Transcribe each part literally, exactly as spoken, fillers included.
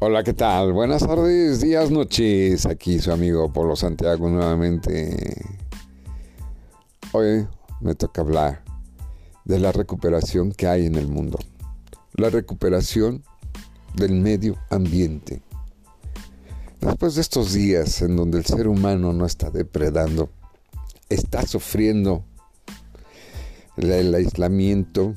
Hola, ¿qué tal? Buenas tardes, días, noches. Aquí su amigo Polo Santiago nuevamente. Hoy me toca hablar de la recuperación que hay en el mundo. La recuperación del medio ambiente. Después de estos días en donde el ser humano no está depredando, está sufriendo el, el aislamiento.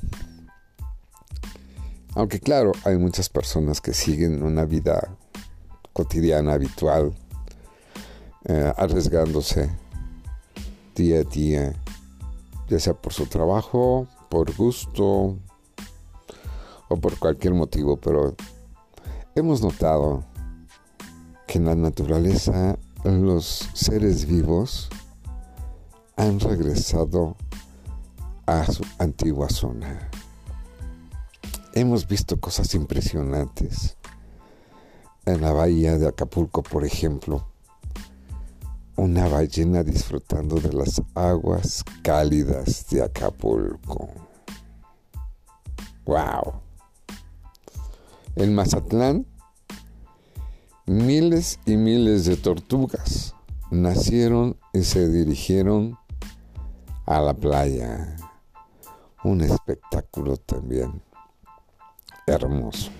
Aunque claro, hay muchas personas que siguen una vida cotidiana, habitual, eh, arriesgándose día a día, ya sea por su trabajo, por gusto o por cualquier motivo, pero hemos notado que en la naturaleza los seres vivos han regresado a su antigua zona. Hemos visto cosas impresionantes en la bahía de Acapulco, por ejemplo. Una ballena disfrutando de las aguas cálidas de Acapulco. ¡Wow! En Mazatlán, miles y miles de tortugas nacieron y se dirigieron a la playa. Un espectáculo también hermoso.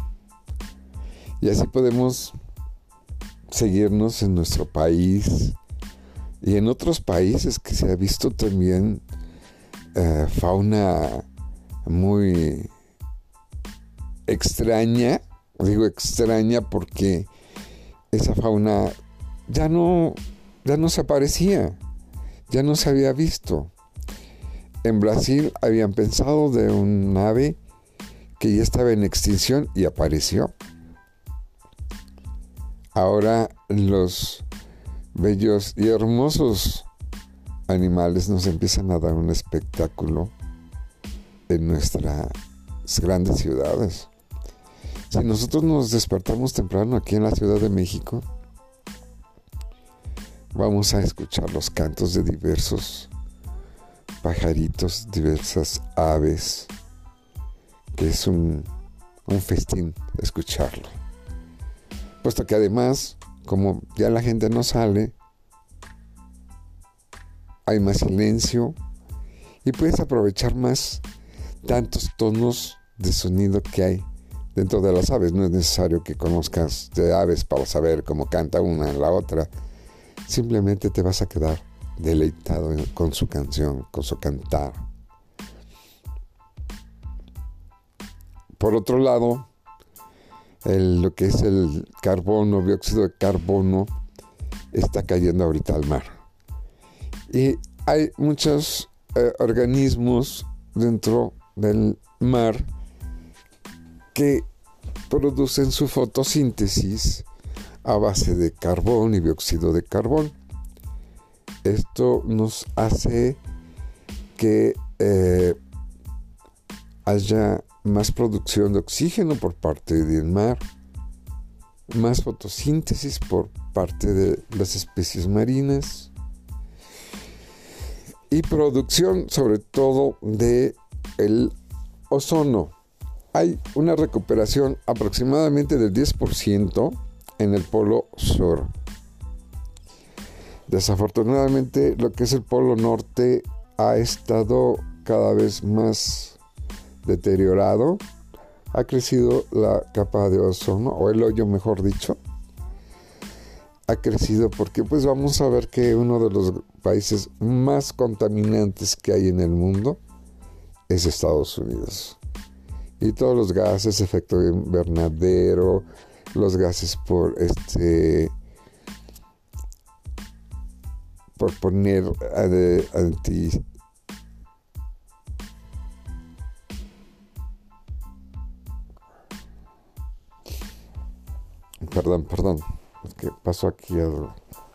Y así podemos seguirnos en nuestro país y en otros países que se ha visto también eh, fauna muy extraña. Digo extraña porque esa fauna ya no, ya no se aparecía, ya no se había visto. En Brasil habían pensado de un ave que ya estaba en extinción y apareció. Ahora los bellos y hermosos animales nos empiezan a dar un espectáculo en nuestras grandes ciudades. Si nosotros nos despertamos temprano aquí en la Ciudad de México, vamos a escuchar los cantos de diversos pajaritos, diversas aves, que es un, un festín escucharlo. Puesto que además, como ya la gente no sale, hay más silencio y puedes aprovechar más tantos tonos de sonido que hay dentro de las aves. No es necesario que conozcas de aves para saber cómo canta una en la otra. Simplemente te vas a quedar deleitado con su canción, con su cantar. Por otro lado, el, lo que es el carbono, dióxido de carbono, está cayendo ahorita al mar. Y hay muchos eh, organismos dentro del mar que producen su fotosíntesis a base de carbón y dióxido de carbono. Esto nos hace que eh, haya más producción de oxígeno por parte del mar, más fotosíntesis por parte de las especies marinas y producción sobre todo de el ozono. Hay una recuperación aproximadamente del diez por ciento en el polo sur. Desafortunadamente, lo que es el polo norte ha estado cada vez más deteriorado. Ha crecido la capa de ozono, o el hoyo mejor dicho. Ha crecido porque pues vamos a ver que uno de los países más contaminantes que hay en el mundo es Estados Unidos. Y todos los gases, efecto invernadero, los gases por este... por poner anti perdón, perdón, ¿qué pasó aquí? El,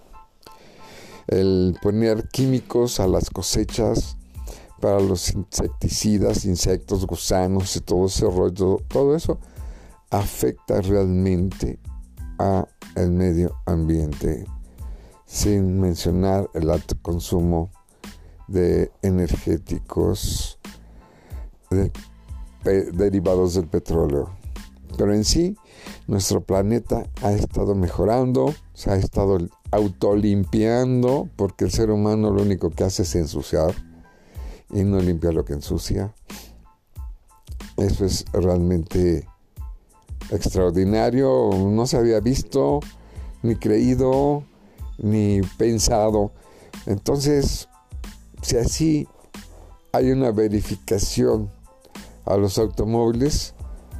el poner químicos a las cosechas para los insecticidas, insectos, gusanos y todo ese rollo, todo eso afecta realmente a el medio ambiente, sin mencionar el alto consumo de energéticos de, de, derivados del petróleo. Pero en sí, nuestro planeta ha estado mejorando, se ha estado autolimpiando, porque el ser humano lo único que hace es ensuciar y no limpia lo que ensucia. Eso es realmente extraordinario, no se había visto, ni creído, ni pensado. Entonces, si así hay una verificación a los automóviles,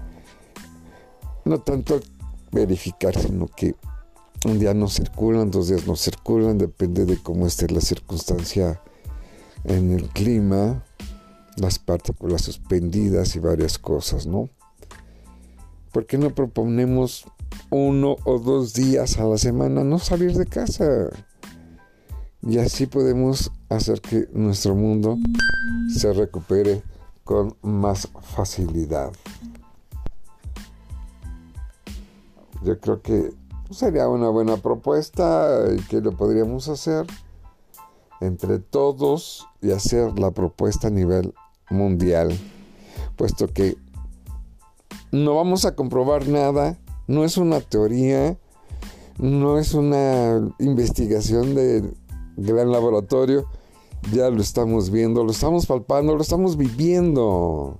no tanto verificar, sino que un día no circulan, dos días no circulan, depende de cómo esté la circunstancia en el clima, las partículas suspendidas y varias cosas, ¿no? ¿Por qué no proponemos uno o dos días a la semana no salir de casa? Y así podemos hacer que nuestro mundo se recupere con más facilidad. Yo creo que sería una buena propuesta y que lo podríamos hacer entre todos y hacer la propuesta a nivel mundial, puesto que no vamos a comprobar nada, no es una teoría, no es una investigación de gran laboratorio, ya lo estamos viendo, lo estamos palpando, lo estamos viviendo.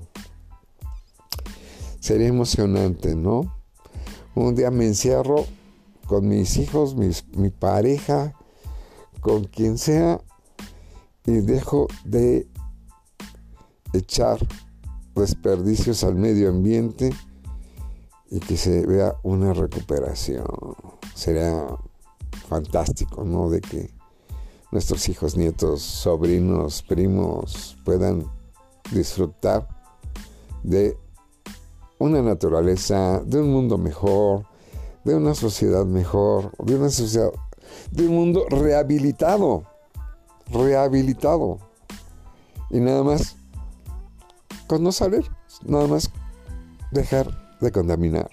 Sería emocionante, ¿no? Un día me encierro con mis hijos, mis, mi pareja, con quien sea, y dejo de echar desperdicios al medio ambiente y que se vea una recuperación. Sería fantástico, ¿no? De que nuestros hijos, nietos, sobrinos, primos puedan disfrutar de una naturaleza, de un mundo mejor, de una sociedad mejor, de una sociedad, de un mundo rehabilitado, rehabilitado. Y nada más, con no salir, nada más dejar de contaminar.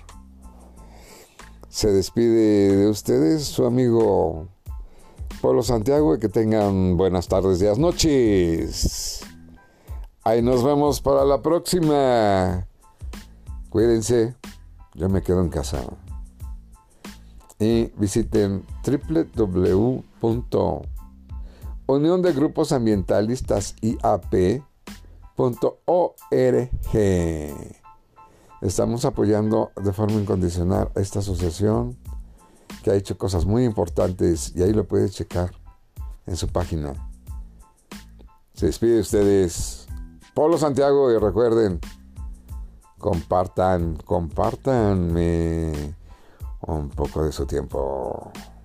Se despide de ustedes su amigo Polo Santiago, y que tengan buenas tardes, días, noches. Ahí nos vemos para la próxima. Cuídense, yo me quedo en casa. Y visiten doble u doble u doble u punto unión de grupos ambientalistas I A P punto org. Estamos apoyando de forma incondicional a esta asociación que ha hecho cosas muy importantes, y ahí lo puede checar en su página. Se despide de ustedes Polo Santiago, y recuerden, compartan, compártanme un poco de su tiempo.